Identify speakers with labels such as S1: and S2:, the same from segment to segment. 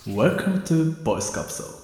S1: Welcome to Voice Capsule.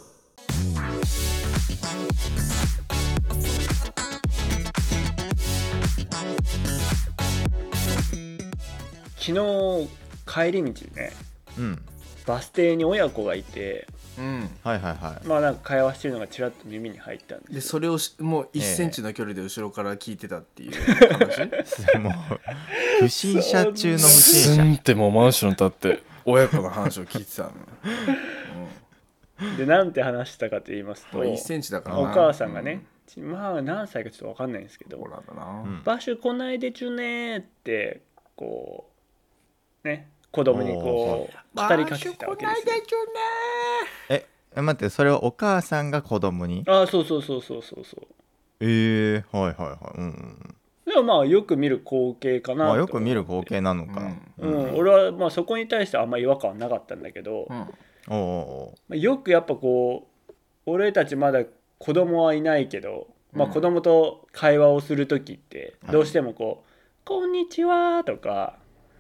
S2: 昨日帰り道ね、バス停に親子がいて、
S3: はいはいはい。
S2: まあなんか会話してるのがちらっと耳に入ったんですよ。
S4: でそれをもう1センチの距離で後ろから聞いてたっていう話、
S3: もう不審者中の不審
S4: ス
S3: 者。
S4: ンってもうマンション立って親子の話を聞いてたの。
S2: でなんて話したかと言いますと、
S4: 1センチだからな。
S2: お母さんがね、まあ何歳かちょっと分かんないんですけど、
S4: ほらだな、
S2: バッシュ来ないでちゅねーってこうね、子供にこう語りかけてたわけですよ。
S3: 待って、それはお母さんが子供に？
S2: ああ、そうそう。
S3: はいはいはい。
S2: でもまあよく見る光景かなと思って。
S3: よく見る光景なのか。
S2: 俺はまあそこに対してあんま違和感はなかったんだけど、よくやっぱこう俺たちまだ子供はいないけど、まあ子供と会話をする時ってどうしてもこう「こんにちは」とか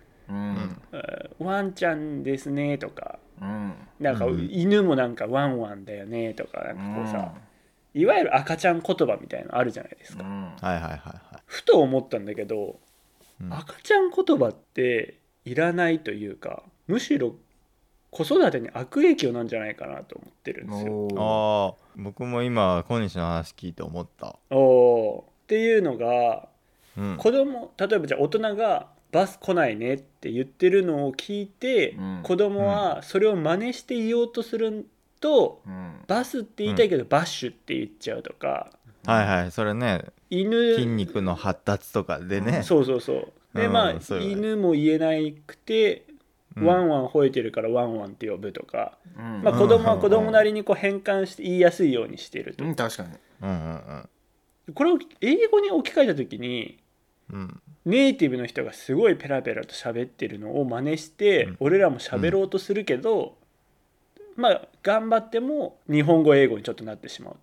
S2: 「ワンちゃんですね」とか、なんか犬もなんかワンワンだよねとか、なんかこうさ、いわゆる赤ちゃん言葉みたいなのあるじゃないですか。ふと思ったんだけど、赤ちゃん言葉っていらないというか、むしろ子育てに悪影響なんじゃないかなと思ってるんですよ。
S3: 僕も今小西の話聞いて思った。
S2: っていうのが、子供、例えばじゃあ大人がバス来ないねって言ってるのを聞いて、子供はそれを真似して言おうとすると、バスって言いたいけどバッシュって言っちゃうとか、
S3: それね、筋肉の発達とかでね、
S2: そうで、まあ犬も言えなくてワンワン吠えてるからワンワンって呼ぶとか、まあ子供は子供なりにこう変換して言いやすいようにしてると。
S4: 確かに。
S2: これを英語に置き換えた時に、ネイティブの人がすごいペラペラと喋ってるのを真似して、俺らも喋ろうとするけど、まあ頑張っても日本語英語にちょっとなってしまう。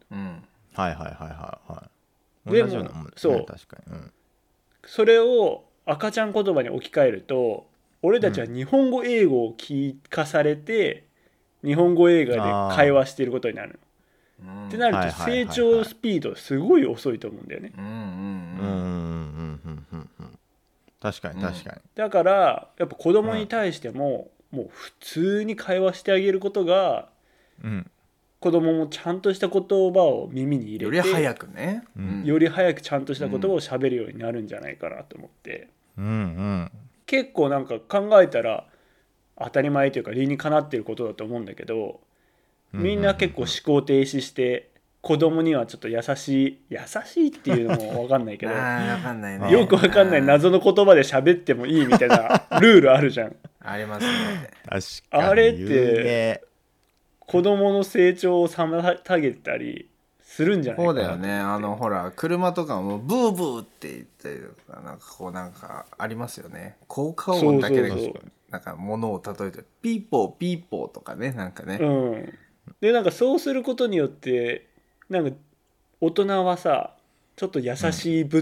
S3: でも
S2: そう、確かに、それを赤ちゃん言葉に置き換えると、俺たちは日本語英語を聞かされて、日本語映画で会話していることになるの。ってなると成長スピードすごい遅いと思うんだよね。
S3: 確かに。
S2: だからやっぱ子供に対しても、もう普通に会話してあげることが、子供もちゃんとした言葉を耳に入れて、
S4: より早くね、
S2: より早くちゃんとした言葉を喋るようになるんじゃないかなと思って、結構なんか考えたら当たり前というか理にかなっていることだと思うんだけど、みんな結構思考停止して子供にはちょっと優しいっていうのも分かんないけど
S4: 分かんないね、
S2: よく分かんない謎の言葉で喋ってもいいみたいなルールあるじゃん。
S4: ありますね。
S3: 確かに。
S2: あれって子供の成長を妨げたりするんじゃないかな。
S4: そうだよね。ほら車とかもブーブーって言ったりとか、なんかこうなんかありますよね。効果音だけでなんか物を例えてピーポーピーポーとかね、なんかね。
S2: でなんかそうすることによってなんか大人はさ、ちょっと優しいぶって、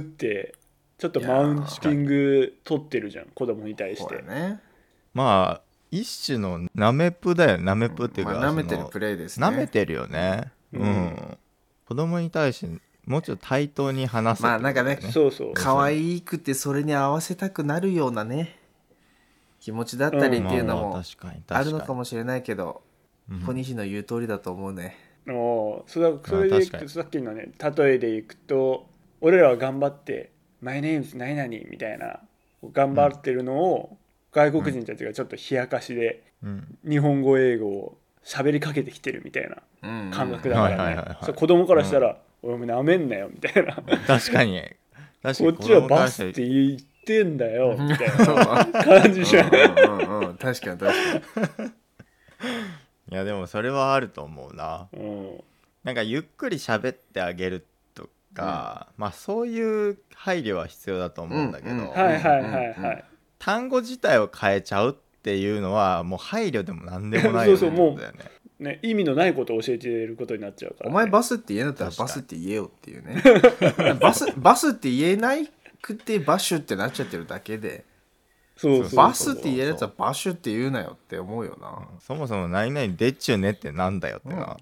S2: ちょっとマウンティング取ってるじゃん、子供に対して。
S3: まあ一種のナメプだよ。ナメプっていうか、
S4: 舐めてるプレイですね。
S3: 舐めてるよね。子供に対してもうちょっと対等に話す。
S4: なんかね、
S2: そう
S4: 可愛くてそれに合わせたくなるようなね気持ちだったりっていうのもあるのかもしれないけど、小西の言う通りだと思うね。
S2: それでいくと、さっきのね例えでいくと、俺らは頑張って「My name's 何々」みたいな頑張ってるのを、外国人たちがちょっと冷やかしで日本語英語を喋りかけてきてるみたいな感覚だからね。子供からしたら「俺もなめんなよ」みたいな。
S3: 確かに
S2: こっちはバスって言ってんだよみたいな感じじゃん。
S4: 確かに。
S3: いやでもそれはあると思うな。なんかゆっくり喋ってあげるとか、まあそういう配慮は必要だと思うんだけど、単語自体を変えちゃうっていうのはもう配慮でもなんでもないよね。
S2: もうね、意味のないことを教えていることになっちゃうから、
S4: お前バスって言えんだったらバスって言えよっていうね。バスって言えないくてバッシュってなっちゃってるだけで、 バスって言えるやつはバッシュって言うなよって思うよな。
S3: そもそも何々でっちゅうねってなんだよってな、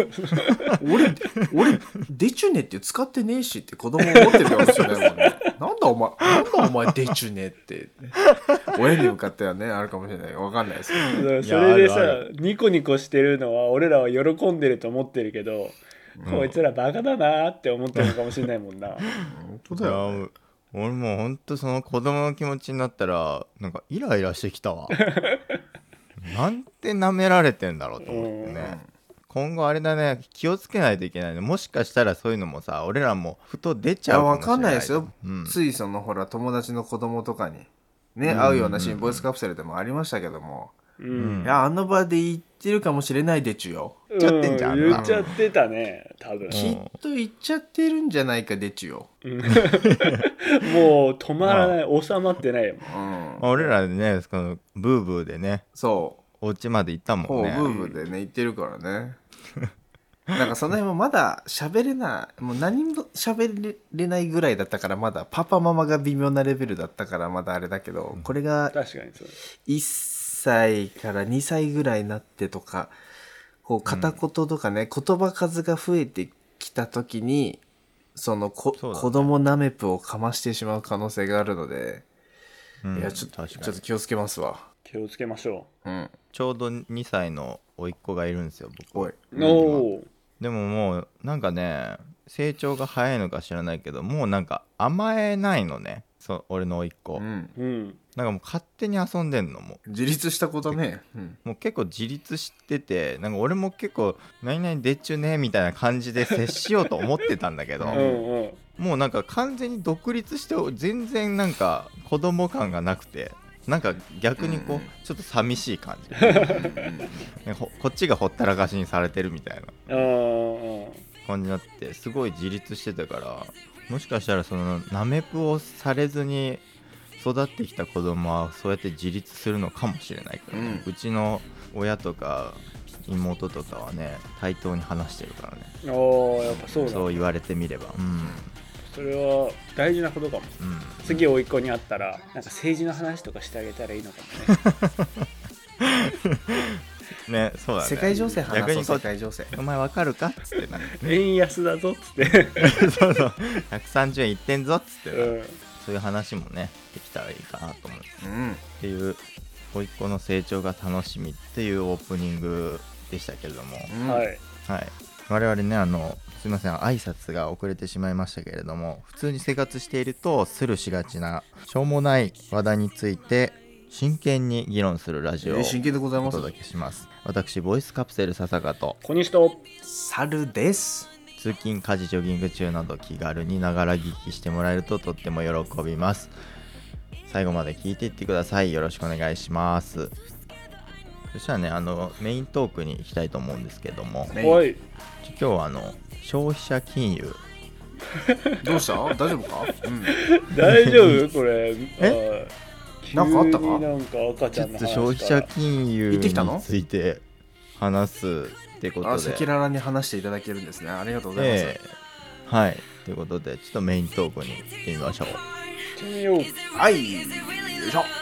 S4: 俺でちゅねって使ってねえしって子供思ってるかもしれないもんね。なんだお前でちゅねって親に向かってはねあるかもしれない。わかんないですけ
S2: ど。それでさニコニコしてるのは俺らは喜んでると思ってるけど、こいつらバカだなって思ってるのかもしれないもんな。本
S4: 当だよ、ね。
S3: 俺もうほんとその子供の気持ちになったらなんかイライラしてきたわ。なんて舐められてんだろうと思ってね。今後あれだね、気をつけないといけないね。もしかしたらそういうのもさ、俺らもふと出ちゃうかもしれない。
S4: わかんないですよ、ついそのほら友達の子供とかにね、会うようなシーン、ボイスカプセルでもありましたけども、いやあの場で言ってるかもしれないでちゅよ。
S2: 言っちゃってんじゃん。言っちゃってたね多分。
S4: きっと言っちゃってるんじゃないかでちゅよ。
S2: もう止まらない、収まってないよ。
S3: 俺らでね、そのブーブーでね、
S4: そう
S3: お家まで行ったもんね。
S4: ブーブーでね行ってるからね。なんかその辺もまだ喋れない、もう何も喋れないぐらいだったから、まだパパママが微妙なレベルだったからまだあれだけど、これが
S2: 確かにそう
S4: 1歳から2歳ぐらいになってとか、こう片言とかね、言葉数が増えてきた時にその子供ナメプをかましてしまう可能性があるので、いやちょっと気をつけますわ。
S2: 気をつけましょ
S3: う。ちょうど2歳の甥っ子がいるんですよ僕。でももうなんかね、成長が早いのか知らないけど、もうなんか甘えないのね、俺の甥っ子。なんかもう勝手に遊んでんの。もう
S4: 自立した子だね。
S3: もう結構自立してて、なんか俺も結構何々でっちゅねみたいな感じで接しようと思ってたんだけどもうなんか完全に独立して全然なんか子供感がなくて、なんか逆にこうちょっと寂しい感じ。こっちがほったらかしにされてるみたいな感じになって、すごい自立してたから、もしかしたらそのナメプをされずに育ってきた子供はそうやって自立するのかもしれないからね。うちの親とか妹とかはね対等に話してるからね。
S2: やっぱそうだ、
S3: そう言われてみれば、
S2: それは大事なことかも。次甥っ子に会ったらなんか政治の話とかしてあげたらいいのかも
S3: ね。ね、そうだね。
S4: 世界情勢話そう。世界情勢。
S3: お前わかるかっつってな。
S2: 円安だぞっつって。
S3: そうそう。130円いってんぞっつって。そういう話もねできたらいいかなと思う。っていう甥っ子の成長が楽しみっていうオープニングでしたけれども、
S2: はい
S3: はい。我々ねすいません、挨拶が遅れてしまいましたけれども、普通に生活しているとスルーしがちなしょうもない話題について真剣に議論するラジオをお届けします。私ボイスカプセル笹香と
S2: 小西と
S4: 猿です。
S3: 通勤家事ジョギング中など気軽にながら聞きしてもらえるととっても喜びます。最後まで聞いていってください。よろしくお願いします。そしたらね、メイントークに行きたいと思うんですけども、
S2: 今
S3: 日は消費者金融
S4: どうした？大丈夫か？
S3: 大
S2: 丈夫？これ
S4: なんかあったか？
S2: なんか赤ちゃんの話から
S3: 消費者金融について話すってことで、
S4: 赤裸々に話していただけるんですね。ありがとうございます。
S3: はい、ということでちょっとメイントークに行ってみましょう。
S4: はい、よいしょ。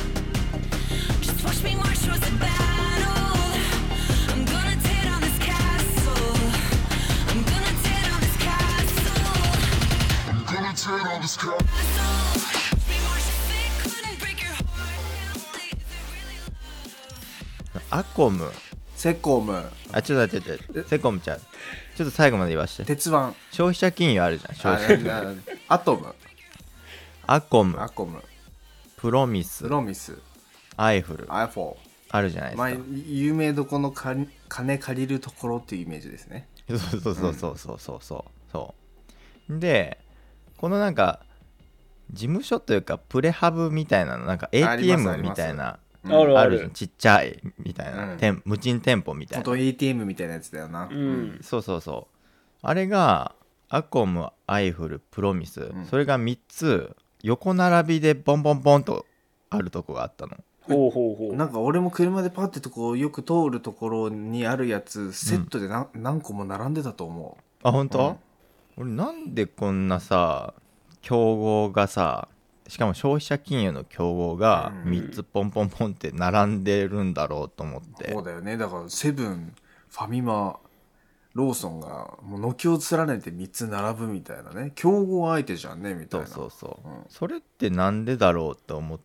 S3: アコム、
S4: セコム、
S3: ちょっと待ってセコムちゃん、ちょっと最後まで言わして。
S4: 鉄腕、
S3: 消費者金融あるじゃん。消費者金融
S4: アトム、
S3: アコム、プロミス、アイフル、
S4: アイフォー
S3: あるじゃないですか。
S4: 有名どこの金借りるところっていうイメージですね。
S3: そうで、このなんか事務所というかプレハブみたいなの、なんか ATM みたいなあるじゃん。ちっちゃいみたいな、無人店舗みたいな。
S4: フォト ATM みたいなやつだよな。
S3: そうあれがアコム、アイフル、プロミス、それが3つ横並びでボンボンボンとあるとこがあったの。
S4: なんか俺も車でパッてとこよく通るところにあるやつセットで何個も並んでたと思う。
S3: 本当？俺なんでこんなさ競合がさしかも消費者金融の競合が3つポンポンポンって並んでるんだろうと思って、
S4: そうだよね。だからセブン、ファミマ、ローソンがもう軒を連ねて3つ並ぶみたいなね、競合相手じゃんねみたいな。
S3: そう、それってなんでだろうと思って、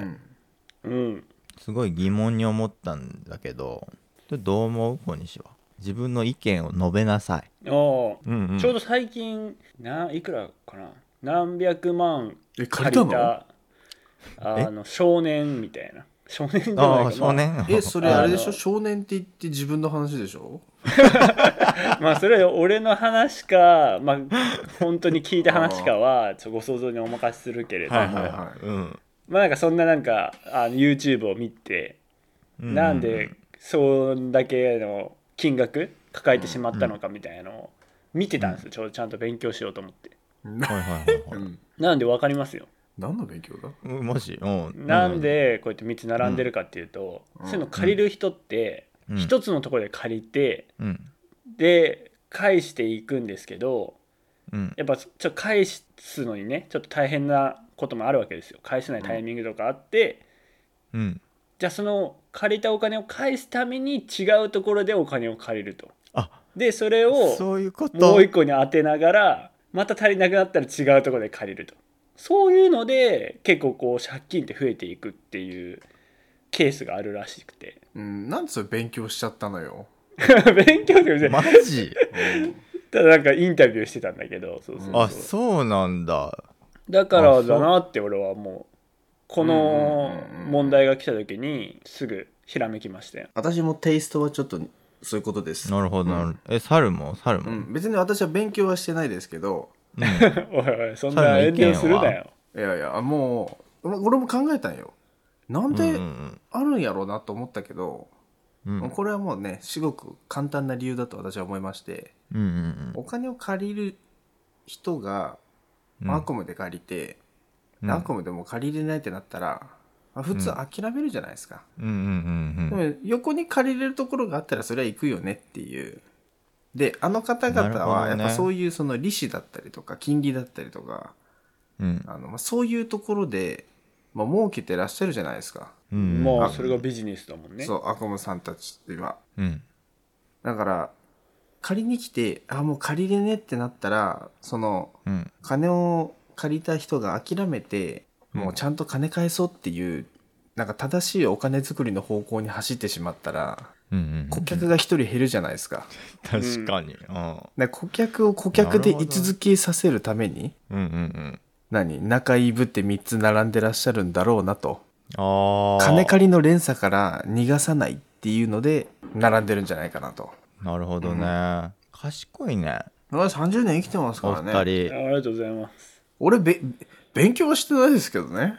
S3: すごい疑問に思ったんだけど、どう思う？小西は。自分の意見を述べなさい。
S2: ちょうど最近いくらかな、何百万借りた少年みたいな。少年じゃないかな。
S3: 少年。
S4: それあれでしょ、少年って言って自分の話でしょ。
S2: まあそれは俺の話か、まあ本当に聞いた話かはご想像にお任せするけれども、まあなんかそんななんかYouTube を見て、なんでそんだけの金額抱えてしまったのかみたいなのを見てたんですよ。ちゃんと勉強しようと思って。なんでわかりますよ。
S4: 何の勉強だ？
S3: マジ？
S2: なんでこうやって3つ並んでるかっていうと、そういうの借りる人って一つのところで借りて、で返していくんですけど、やっぱちょっと返すのにねちょっと大変なこともあるわけですよ。返せないタイミングとかあって、じゃあその借りたお金を返すために違うところでお金を借りると。でそれをもう一個に当てながらまた足りなくなったら違うところで借りると。そういうので結構こう借金って増えていくっていうケースがあるらしくて、
S4: なんでそれ勉強しちゃったのよ。
S2: 勉強って
S3: マジ
S2: ただなんかインタビューしてたんだけど、
S3: そうなんだ。
S2: だからだなって俺はもうこの問題が来た時にすぐひらめきましたよ。
S4: 私もテイストはちょっとそういうことです。
S3: なるほどなるほど。猿も、
S4: 別に私は勉強はしてないですけど、
S2: おいおいそんな遠慮するなよ。
S4: いやもう俺も考えたんよ。なんであるんやろうなと思ったけど、これはもうねすごく簡単な理由だと私は思いまして、お金を借りる人がアコムで借りて、アコムでも借りれないってなったら、普通諦めるじゃないですか。でも横に借りれるところがあったらそれは行くよねっていう。であの方々はやっぱそういうその利子だったりとか金利だったりとか、そういうところで、儲けてらっしゃるじゃないですか。
S2: まあそれがビジネスだもんね。
S4: そうアコムさんたちっては、だから借りに来てもう借りれねってなったらその、金を借りた人が諦めて、もうちゃんと金返そうっていうなんか正しいお金作りの方向に走ってしまったら、顧客が一人減るじゃないですか。
S3: 確かに。
S4: 顧客を顧客で居続けさせるために、仲いいぶって3つ並んでらっしゃるんだろうなと。金借りの連鎖から逃がさないっていうので並んでるんじゃないかなと。
S3: なるほどね。賢いね。
S4: 30年生きてますからね。
S3: お二人。
S2: ありがとうございます。
S4: 俺勉強はしてないですけどね。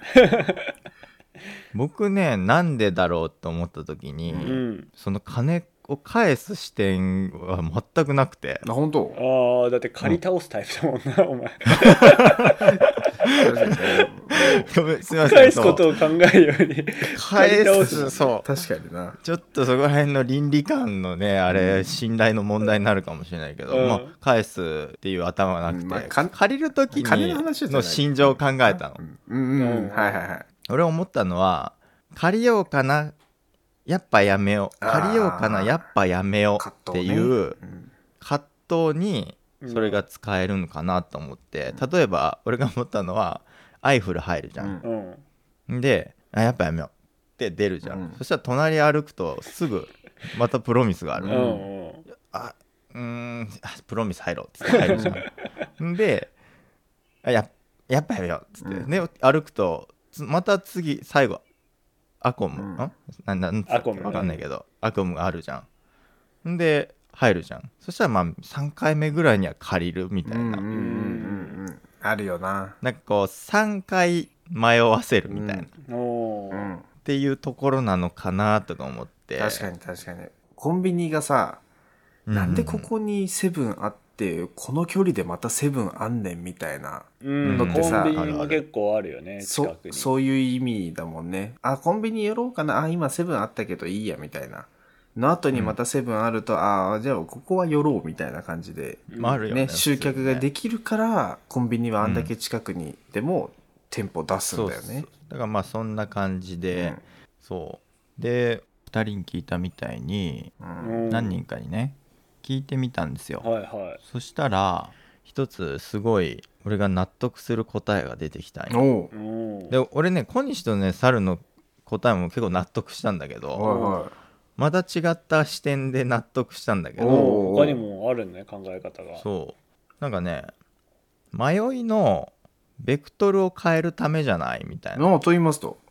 S3: 僕ね、なんでだろうと思った時に、その金を返す視点は全くなくて。
S4: 本当？
S2: だって借り倒すタイプだもんな、お前。
S3: すみません。
S2: 返すことを考えるように
S3: 返す。そう。
S4: 確かにな。
S3: ちょっとそこら辺の倫理観のね、あれ、信頼の問題になるかもしれないけど、返すっていう頭がなくて、借りる時の心情を考えたの。俺思ったのは、借りようかな、やっぱやめよう、借りようかな、やっぱやめようっていう葛藤にそれが使えるのかなと思って、例えば俺が思ったのはアイフル入るじゃん、でやっぱやめようって出るじゃん、そしたら隣歩くとすぐまたプロミスがある、プロミス入ろうっつって入るじゃんでやっぱやめようっつって、で歩くとまた次最後アコム、なんつうか分かんないけど、アコムがあるじゃん。で入るじゃん。そしたら3回目ぐらいには借りるみたいな。
S4: あるよな。
S3: なんかこう3回迷わせるみたいな、っていうところなのかなとか思って。
S4: 確かに。コンビニがさ、なんでここにセブンあってこの距離でまたセブンあんねんみたいなのってさ、
S2: コンビニも結構あるよね、近くに。
S4: そういう意味だもんね。コンビニ寄ろうかな、今セブンあったけどいいやみたいなの後にまたセブンあると、じゃあここは寄ろうみたいな感じで、
S3: あるよね、
S4: 集客ができるからコンビニはあんだけ近くにでもテンポ出すんだよね。
S3: そうだからまあそんな感じで、そうで2人に聞いたみたいに、何人かにね聞いてみたんですよ。そしたら一つすごい俺が納得する答えが出てきたんよ。で俺ね小西とね猿の答えも結構納得したんだけど、また違った視点で納得したんだけど、
S2: 他にもあるね考え方が。
S3: そうなんかね迷いのベクトルを変えるためじゃないみたいな。
S4: と言いますと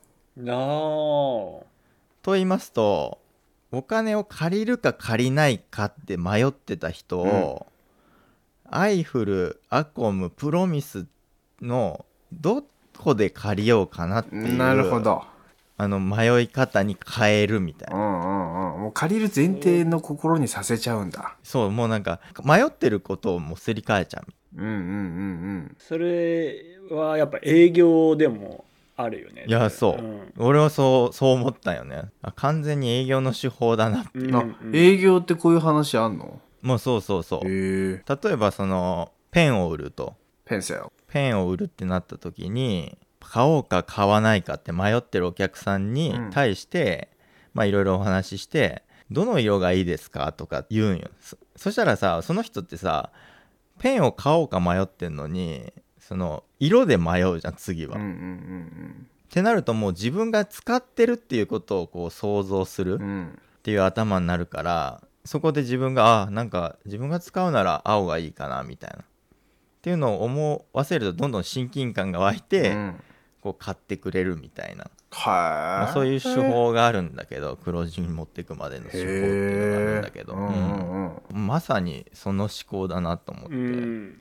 S3: と言いますと、お金を借りるか借りないかって迷ってた人を、アイフル、アコム、プロミスのどこで借りようかなっていう、
S4: なるほど、
S3: 迷い方に変えるみたいな、
S4: もう借りる前提の心にさせちゃうんだ。
S3: そうもうなんか迷ってることをもうすり替えちゃう。
S2: それはやっぱ営業でもあるよね。
S3: いやそう、俺はそう思ったよね。完全に営業の手法だなっていう、
S4: 営業ってこういう話あんの？
S3: もうそう例えばそのペンを売ると、ペンを売るってなった時に買おうか買わないかって迷ってるお客さんに対して、まあいろいろお話ししてどの色がいいですかとか言うんよ。そしたらさその人ってさペンを買おうか迷ってんのにその色で迷うじゃん次は、ってなるともう自分が使ってるっていうことをこう想像するっていう頭になるから、そこで自分がなんか自分が使うなら青がいいかなみたいなっていうのを思わせるとどんどん親近感が湧いて、こう買ってくれるみたいな、まあ、そういう手法があるんだけど、黒字に持っていくまでの手法っていうのがあるんだけど、まさにその思考だなと思って、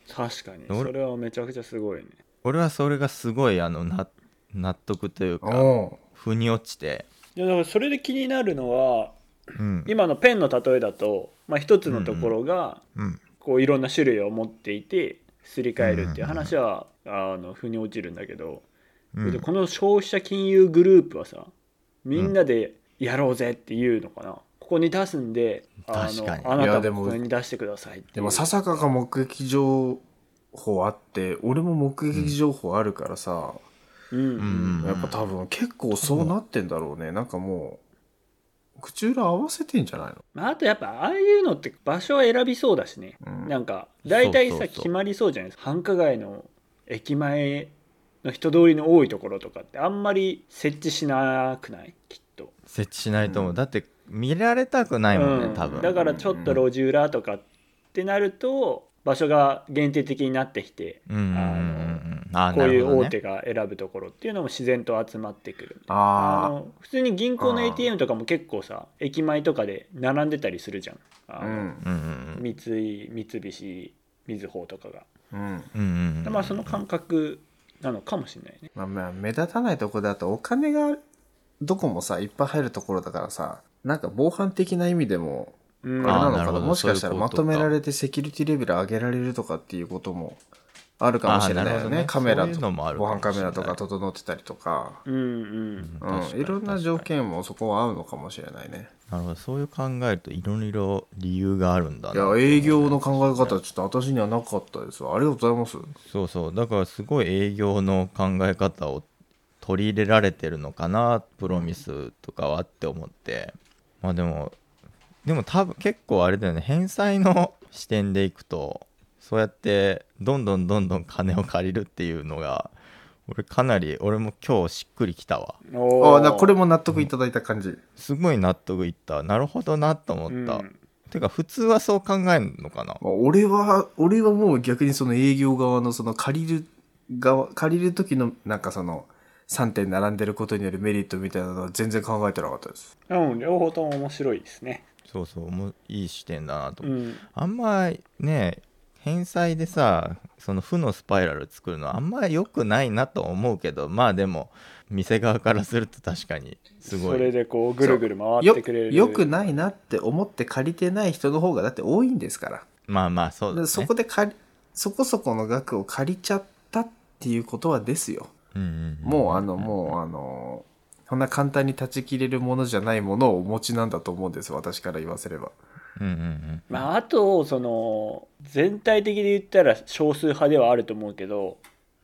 S2: 確かにそれはめちゃくちゃすごいね。
S3: 俺はそれがすごい納得というか腑に落ちて、
S2: いやだからそれで気になるのは、今のペンの例えだと、まあ、一つのところがこういろんな種類を持っていてすり替えるっていう話は腑に落ちるんだけど、この消費者金融グループはさみんなでやろうぜっていうのかな、ここに出すんであなたもここに出してくださいって。
S4: でも笹香が目撃情報あって俺も目撃情報あるからさ、やっぱ多分結構そうなってんだろうね。なんかもう口裏合わせてんじゃないの？
S2: あとやっぱああいうのって場所は選びそうだしね、なんか大体さ決まりそうじゃないですか。繁華街の駅前の人通りの多いところとかってあんまり設置しなくない？きっと
S3: 設置しないと思う、だって見られたくないもんね、多分。
S2: だからちょっと路地裏とかってなると場所が限定的になってきて、こういう大手が選ぶところっていうのも自然と集まってくる。普通に銀行の ATM とかも結構さ駅前とかで並んでたりするじゃん。三井三菱みずほとかが、まあその感覚なのかもしれないね。
S4: まあ目立たないところだとお金がどこもさいっぱい入るところだからさ、なんか防犯的な意味でもあれなのかな、もしかしたらまとめられてセキュリティレベル上げられるとかっていうこともあるかもしれないよね。カメラと防犯カメラとか整ってたりとか、いろんな条件もそこは合うのかもしれないね。
S3: なるほど、そういう考えるといろいろ理由があるんだな。
S4: いや営業の考え方ちょっと私にはなかったですわ。ありがとうございます。
S3: そうだからすごい営業の考え方を取り入れられてるのかなプロミスとかはって思って、まあでも多分結構あれだよね、返済の視点でいくとそうやってどんどん金を借りるっていうのが俺も今日しっくりきたわ。
S4: これも納得いただいた感じ。
S3: すごい納得いった。なるほどなと思った、てか普通はそう考えるのかな。
S4: 俺はもう逆にその営業側のその借りる時のなんかその3点並んでることによるメリットみたいなのは全然考えてなかったです。
S2: 両方とも面白いですね。
S3: そういい視点だなと思う、あんまね返済でさその負のスパイラル作るのはあんまり良くないなと思うけど、まあでも店側からすると確かにすごい
S2: それでこうぐるぐる回ってくれる。
S4: 良くないなって思って借りてない人の方がだって多いんですから。
S3: まあそうだね。
S4: そこでそこそこの額を借りちゃったっていうことはですよ、もうそんな簡単に断ち切れるものじゃないものをお持ちなんだと思うんです、私から言わせれば。
S2: あとその全体的に言ったら少数派ではあると思うけど、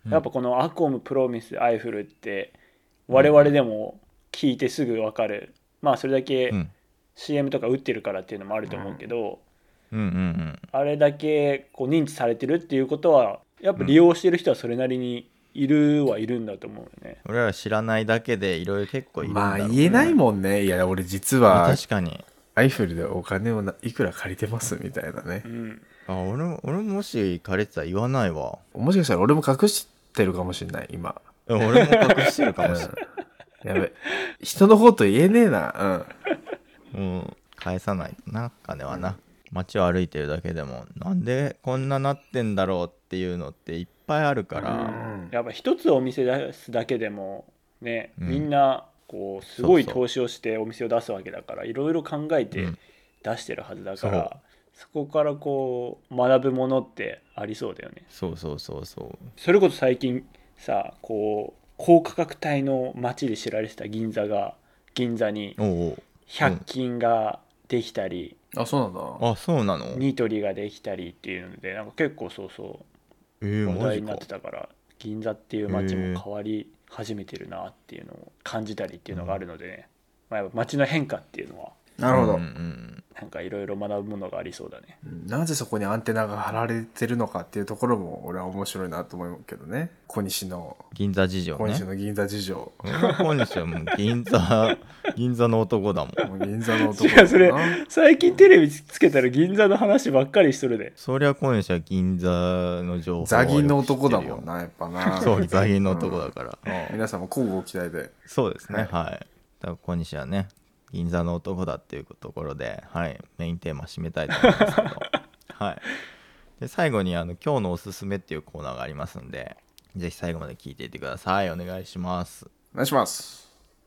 S2: やっぱこのアコム、プロミス、アイフルって我々でも聞いてすぐ分かる、まあそれだけ CM とか打ってるからっていうのもあると思うけど、あれだけこう認知されてるっていうことはやっぱ利用してる人はそれなりにいるはいるんだと思うよね。
S3: 俺ら知らないだけでいろいろ結構いるんだろうね。
S4: まあ言えないもんね。いや俺実は
S3: 確かに
S4: アイフルでお金をいくら借りてますみたいなね。
S3: 俺もし借りてたら言わないわ。
S4: もしかしたら俺も隠してるかもしれない今。
S3: 俺も隠してるかもしれない。
S4: やべ、人のこと言えねえな。
S3: 返さないとな、金はな。街を歩いてるだけでもなんでこんななってんだろうっていうのっていっぱいあるから、
S2: やっぱ一つお店出すだけでもね、みんなこうすごい投資をしてお店を出すわけだからいろいろ考えて出してるはずだから、そこからこう学ぶものってありそうだよね。
S3: そうそ
S2: れこそ最近さ、こう高価格帯の街で知られてた銀座に100均ができたり、
S4: そうなんだ。
S3: そうなの。
S2: ニトリができたりっていうのでなんか結構話題になってたから、銀座っていう街も変わり始めてるなっていうのを感じたりっていうのがあるのでね、やっぱ街の変化っていうのは
S4: なるほど、
S2: なんかいろいろ学ぶものがありそうだね。
S4: なぜそこにアンテナが張られてるのかっていうところも俺は面白いなと思うけどね。小西の
S3: 銀座事情ね。
S4: 小西の銀座事情。
S3: 小西はもう銀座の男だもん。
S4: 銀座の男だもんな。
S2: 違う、それ最近テレビつけたら銀座の話ばっかりしとるで。
S3: そりゃ小西は銀座の情報
S4: ザ銀の男だもんな、やっぱな。
S3: そうザ銀の男だから、
S4: 皆さんも交互期待で。
S3: そうですね、はい。だから小西はね銀座の男だっていうところで、メインテーマ締めたいと思いますけどで最後に今日のおすすめっていうコーナーがありますんで、ぜひ最後まで聞いていてください。お願いします。
S4: お願いします。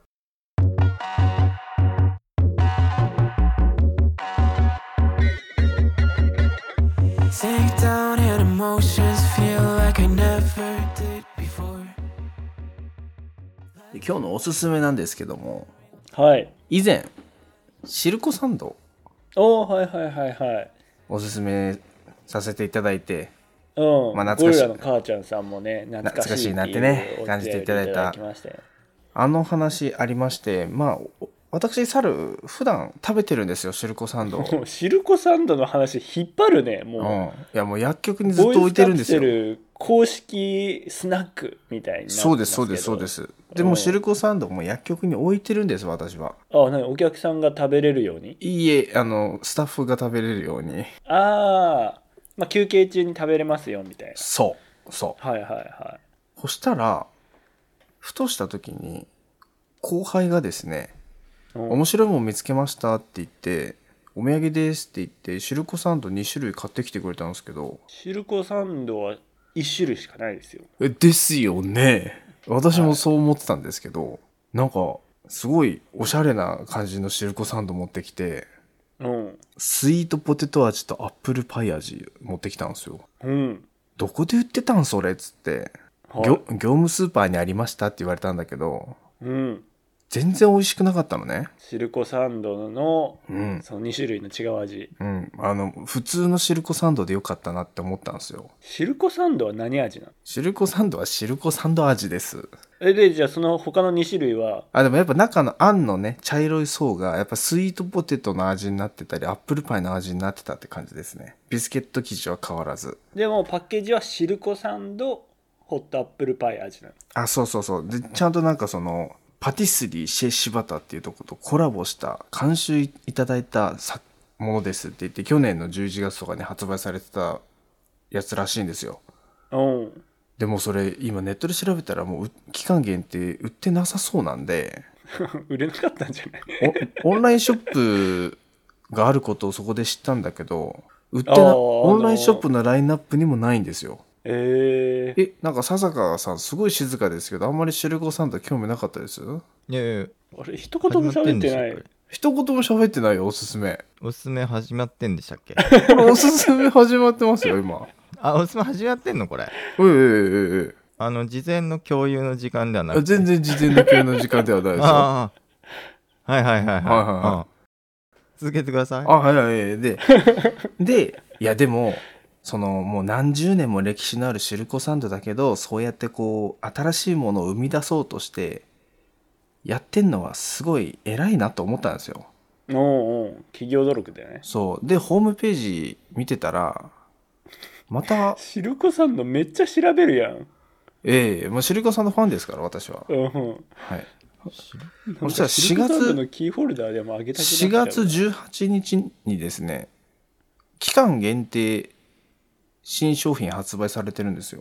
S4: 今日のおすすめなんですけども、以前シルコサンドおすすめさせていただいて、
S2: ゴリラの母ちゃんさんもね懐かしい
S4: なってね感じていただいたあの話ありまして、私猿普段食べてるんですよ、シルコサンドを。
S2: シルコサンドの話引っ張るねもう、
S4: いやもう薬局にずっと置いてるんですよ。
S2: 公式スナックみたいになってますけど。
S4: そうです。でもシルコサンドも薬局に置いてるんです私は。
S2: 何、お客さんが食べれるように？
S4: いいえ、スタッフが食べれるように。
S2: 休憩中に食べれますよみたいな。
S4: そうそしたらふとした時に後輩がですね、面白いもん見つけましたって言って、お土産ですって言ってシルコサンド2種類買ってきてくれたんですけど、
S2: シルコサンドは1種類しかないですよ。
S4: ですよね。私もそう思ってたんですけど、なんかすごいおしゃれな感じのシルコサンド持ってきて、スイートポテト味とアップルパイ味持ってきたんですよ。どこで売ってたんそれっつって、業務スーパーにありましたって言われたんだけど、全然美味しくなかったのね。
S2: シルコサンドの、その2種類の違う味。
S4: 普通のシルコサンドでよかったなって思ったんですよ。
S2: シルコサンドは何味なの？
S4: シルコサンドはシルコサンド味です。
S2: でじゃあその他の2種類は？
S4: でもやっぱ中のあんのね茶色い層がやっぱスイートポテトの味になってたりアップルパイの味になってたって感じですね。ビスケット生地は変わらず。
S2: でもパッケージはシルコサンドホットアップルパイ味なの？
S4: そうでちゃんとなんかそのパティスリーシェ・シバタっていうところとコラボした監修いただいたものですって言って去年の11月とかに発売されてたやつらしいんですよ。でもそれ今ネットで調べたらもう期間限定売ってなさそうなんで
S2: 売れなかったんじゃない？
S4: オンラインショップがあることをそこで知ったんだけどオンラインショップのラインナップにもないんですよ。なんか笹川さんすごい静かですけどあんまりシルコサンド興味なかったです？
S3: いや
S2: あれ一言も喋ってない。
S4: 一言も喋ってないよ。おすすめ
S3: 始まってんでしたっけ？
S4: これおすすめ始まってますよ今。
S3: おすすめ始まってんのこれ？事前の共有の時間ではなくて？
S4: 全然事前の共有の時間ではないですよ。
S3: はい。続けてください。
S4: でいやでもそのもう何十年も歴史のあるシルコサンドだけど、そうやってこう新しいものを生み出そうとしてやってんのはすごい偉いなと思ったんですよ。
S2: 企業努力だよね。
S4: そうでホームページ見てたらまた
S2: シルコサンドめっちゃ調べるやん。
S4: もうシルコサンドファンですから私は。はい。そしたら4月
S2: のキーホルダーでもあげたくなっ
S4: 4月18日にですね、期間限定新商品発売されてるんですよ。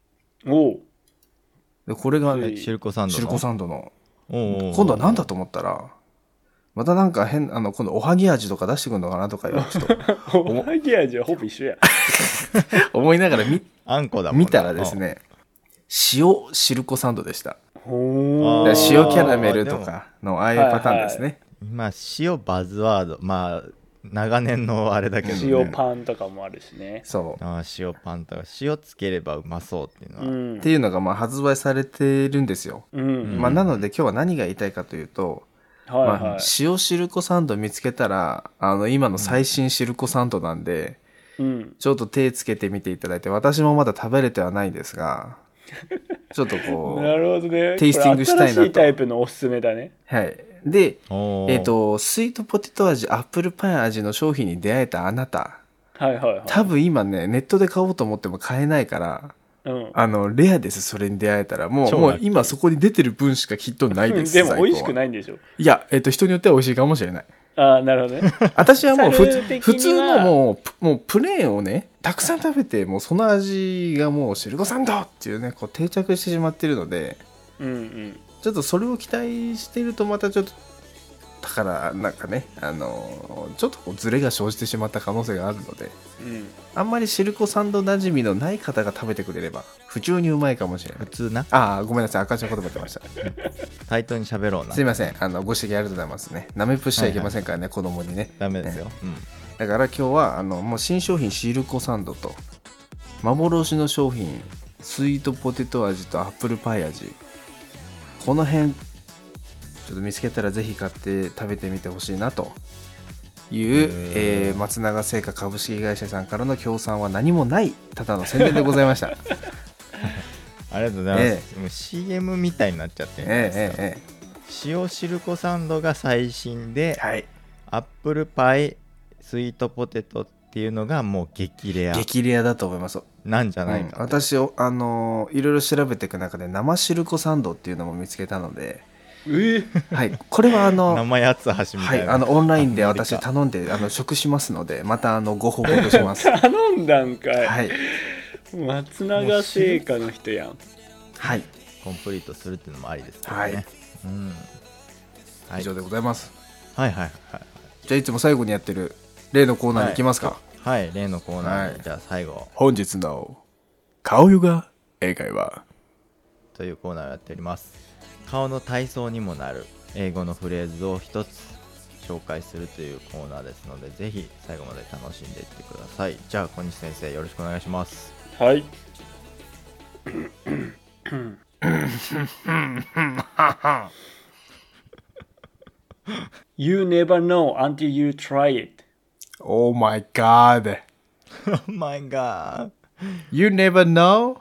S4: でこれがね
S3: シルコサン
S4: ドの今度は何だと思ったら、またなんか変今度おはぎ味とか出してくるのかなとかちょっと
S2: おはぎ味はほぼ一緒や
S4: 思いながら
S3: あんこだもんな。
S4: 見たらですね、塩シルコサンドでした。
S2: 塩
S4: キャラメルとかのああいうパターンですね。
S3: 今塩バズワード、まあ長年のあれだけど、ね、
S2: 塩パンとかもあるしね。
S4: そう
S3: 塩パンとか塩つければうまそうっていうのは、
S4: っていうのがまあ発売されてるんですよ。まあ、なので今日は何が言いたいかというと、塩シルコサンド見つけたら今の最新シルコサンドなんで、ちょっと手つけてみていただいて、私もまだ食べれてはないんですがちょっとこう
S2: なるほどね、
S4: テイスティングしたいなと。
S2: 新しいタイプのおすすめだね。
S4: はい。で、スイートポテト味、アップルパイ味の商品に出会えたあなた、多分今ねネットで買おうと思っても買えないから、レアです。それに出会えたらもう今そこに出てる分しかきっとないです
S2: でも美味しくないんでしょ。
S4: いや、人によっては美味しいかもしれない。
S2: なるほどね。
S4: 私はもう普通のもうプレーンをねたくさん食べて、もうその味がもうシルコサンドっていうねこう定着してしまってるので、ちょっとそれを期待しているとまたちょっとだからなんかねちょっとこうズレが生じてしまった可能性があるので、あんまりシルコサンド馴染みのない方が食べてくれれば普通にうまいかもしれない。
S3: 普通な。
S4: ごめんなさい、赤ちゃん言葉言ってました。
S3: 対等に喋ろうな。
S4: すいません、ご指摘ありがとうございますね。なめっぷしちゃいけませんからね、子供にね。
S3: ダメですよ。
S4: だから今日はもう新商品シルコサンドと幻の商品スイートポテト味とアップルパイ味、この辺ちょっと見つけたらぜひ買って食べてみてほしいなという、松永製菓株式会社さんからの協賛は何もないただの宣伝でございました。
S3: ありがとうございます。もう CM みたいになっちゃってるんですよ。塩シルコサンドが最新で、アップルパイスイートポテトっていうのがもう激レア
S4: だと思います。
S3: なんじゃないか、
S4: 私いろいろ調べていく中で生シルコサンドっていうのも見つけたので、はい、これは
S3: 生八つ橋みたいな、
S4: オンラインで私頼んで食しますので、またご報告します。
S2: 頼んだんかい。
S4: はい、
S2: 松永製菓の人やん。
S4: はい、
S3: コンプリートするっていうのもありですからね。
S4: 以上でございます。
S3: じゃ
S4: あいつも最後にやってる例のコーナーに行きますか。
S3: 例のコーナーに、じゃあ最後
S4: 本日の顔ヨガ英会話
S3: というコーナーをやっております。顔の体操にもなる英語のフレーズを一つ紹介するというコーナーですので、ぜひ最後まで楽しんでいってください。じゃあ小西先生、よろしくお願いします。
S2: はい。You never know until you try it.
S4: Oh my god.
S3: Oh my god.
S4: You never know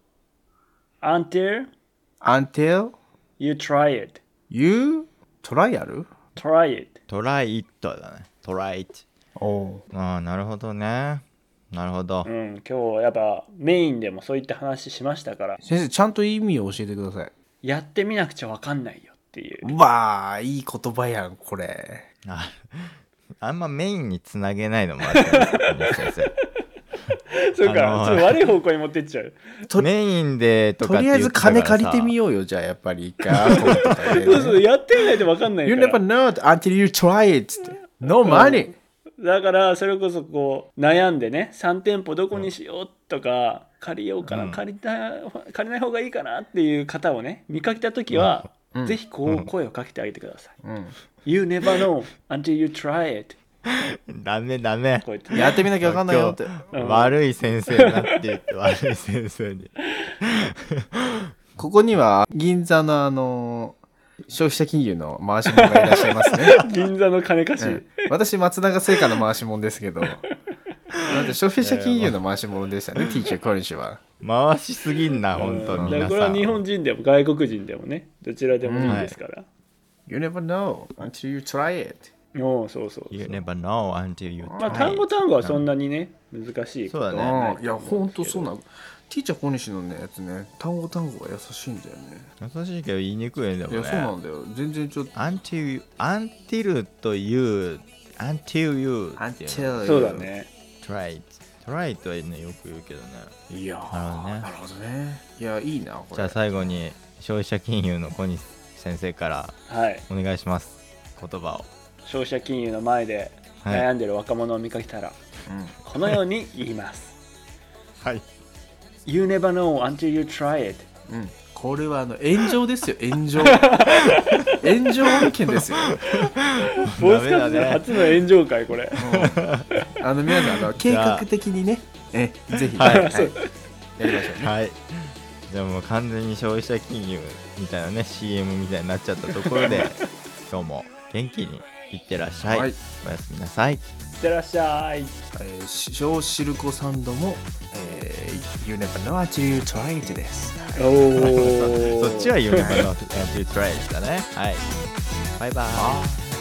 S2: until you try it.
S4: You try やる？
S2: Try it.
S3: Try it だね。Try it. なるほどね。なるほど。
S2: 今日やっぱメインでもそういった話しましたから。
S4: 先生、ちゃんと意味を教えてください。
S2: やってみなくちゃ分かんないよっていう。
S4: わー、いい言葉やんこれ。
S3: あんまメインにつなげないのもあるね、先生。
S2: そうか、ちょっと悪い方向に持ってっちゃう。
S3: メインでとか
S4: とりあえず金借りてみようよ、じゃあやっぱり一回。
S2: そうやってみないと分かんないから。
S4: You never know until you try it. No money.
S2: だからそれこそこう悩んでね、3店舗どこにしようとか、借りようかな、借りない方がいいかなっていう方をね見かけたときは、ぜひこう声をかけてあげてください。You never know until you try it.
S3: ダメダメ。
S4: やってみなきゃ分かんないよって。
S3: 悪い先生だって言って悪い先生に。
S4: ここには銀座の消費者金融の回し者がいらっしゃいますね。
S2: 銀座の金貸し。
S4: 私松永製菓の回し者ですけど。 なんで消費者金融の回し物でしたね、ティーチャー小西は。
S3: 回しすぎんな、本当に。
S2: だからこれは日本人でも外国人でもね、どちらでもいいですから。
S4: You never know until you try it.
S2: そうそうそう。
S3: You never know until you try it.
S2: 単語はそんなにね、難しいこと
S3: そうだ
S4: ね。いや、ほんとそうなの。ティーチャー小西のねやつね、単語が優しいんだよね。
S3: 優しいけど言いにくいんだもんね。
S4: いや、そうなんだよ。全然ちょっと。
S3: until と you っていうの。
S2: そうだね。
S3: try it はね、よく言うけどね。
S4: いやー、なるほどね。いや、いいな、これ。
S3: じゃあ最後に消費者金融の小西先生からお願いします、言葉を。
S2: 消費者金融の前で悩んでる若者を見かけたら、このように言います。
S3: はい。
S2: You never know until you try it。
S4: これは炎上ですよ、炎上。炎上案件ですよ。
S2: ボイスカット初の炎上会これ。
S4: 皆さん計画的にね、ぜひ、やりましょうね。
S3: はい。じゃあもう完全に消費者金融みたいなね CM みたいになっちゃったところで今日も元気にいってらっしゃい。おやすみなさい。い
S2: ってらっしゃい。
S4: 小シルコサンドも、You never know until you try it です。
S3: そっちは You never know until you try it だね。はい。バイバイ。